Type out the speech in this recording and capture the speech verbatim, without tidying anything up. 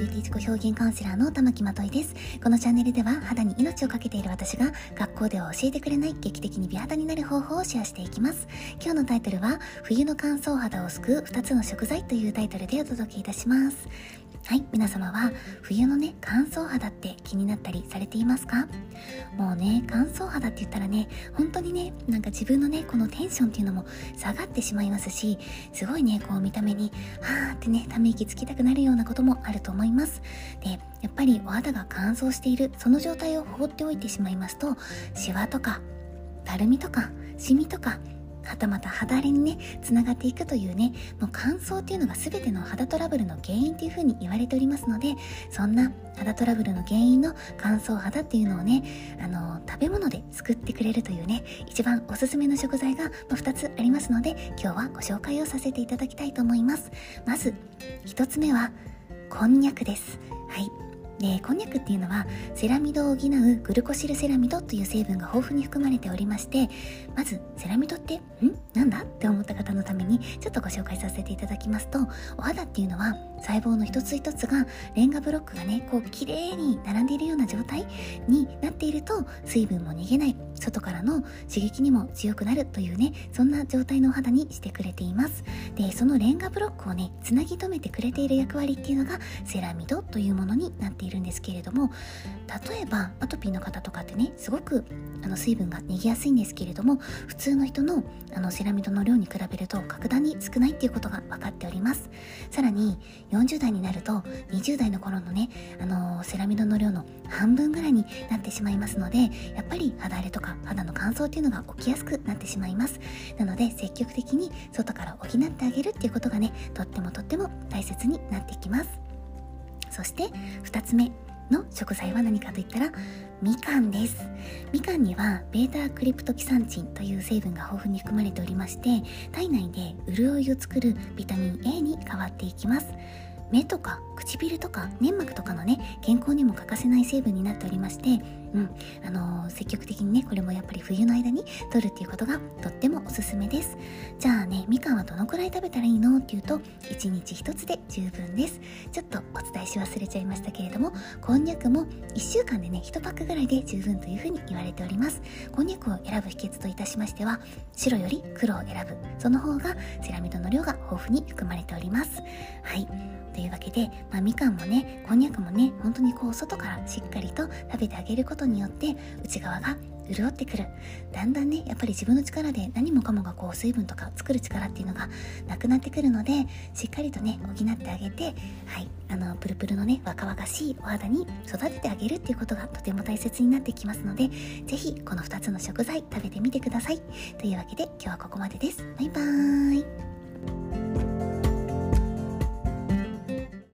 ビューティー自己表現カウンセラーの玉木まといです。このチャンネルでは肌に命をかけている私が学校では教えてくれない劇的に美肌になる方法をシェアしていきます。今日のタイトルは冬の乾燥肌を救うふたつの食材というタイトルでお届けいたします。はい、皆様は冬のね乾燥肌って気になったりされていますか？もうね乾燥肌って言ったらね本当にねなんか自分のねこのテンションっていうのも下がってしまいますし、すごいねこう見た目にはーってねため息つきたくなるようなこともあると思います。でやっぱりお肌が乾燥しているその状態を放っておいてしまいますと、シワとかたるみとかシミとかはたまた肌荒れにねつながっていくというね、もう乾燥っていうのが全ての肌トラブルの原因というふうに言われておりますので、そんな肌トラブルの原因の乾燥肌っていうのをねあの食べ物で救ってくれるというね一番おすすめの食材がふたつありますので、今日はご紹介をさせていただきたいと思います。まずひとつめはこんにゃくです。はい、でこんにゃくっていうのはセラミドを補うグルコシルセラミドという成分が豊富に含まれておりまして、まずセラミドってんなんだって思った方のためにちょっとご紹介させていただきますと、お肌っていうのは細胞の一つ一つがレンガブロックがねこう綺麗に並んでいるような状態になっていると、水分も逃げない、外からの刺激にも強くなるというねそんな状態のお肌にしてくれています。でそのレンガブロックをねつなぎ止めてくれている役割っていうのがセラミドというものになっているんですけれども、例えばアトピーの方とかってねすごくあの水分が逃げやすいんですけれども、普通の人のあのセラミドの量に比べると格段に少ないっていうことが分かっております。さらによんじゅう代になるとにじゅう代の頃のねあのセラミドの量の半分ぐらいになってしまいますので、やっぱり肌荒れとか肌の乾燥っていうのが起きやすくなってしまいます。なので積極的に外から補ってあげるっていうことがねとってもとっても大切になってきます。そしてふたつめの食材は何かといったらみかんです。みかんにはベータクリプトキサンチンという成分が豊富に含まれておりまして、体内で潤いを作るビタミン A に変わっていきます。目とか唇とか粘膜とかのね健康にも欠かせない成分になっておりまして、うんあのー、積極的にねこれもやっぱり冬の間に摂るっていうことがとってもおすすめです。じゃあねみかんはどのくらい食べたらいいのっていうと、いちにちひとつで十分です。ちょっとお伝えし忘れちゃいましたけれども、こんにゃくもいっしゅうかんでねいちパックぐらいで十分というふうに言われております。こんにゃくを選ぶ秘訣といたしましては、白より黒を選ぶ、その方がセラミドの量が豊富に含まれております。はいというわけで、まあ、みかんもねこんにゃくもね本当にこう外からしっかりと食べてあげることによって内側が潤ってくる。だんだんねやっぱり自分の力で何もかもがこう水分とか作る力っていうのがなくなってくるので、しっかりとね補ってあげて、はいあのプルプルのね若々しいお肌に育ててあげるっていうことがとても大切になってきますので、ぜひこのふたつの食材食べてみてください。というわけで今日はここまでです。バイバーイ。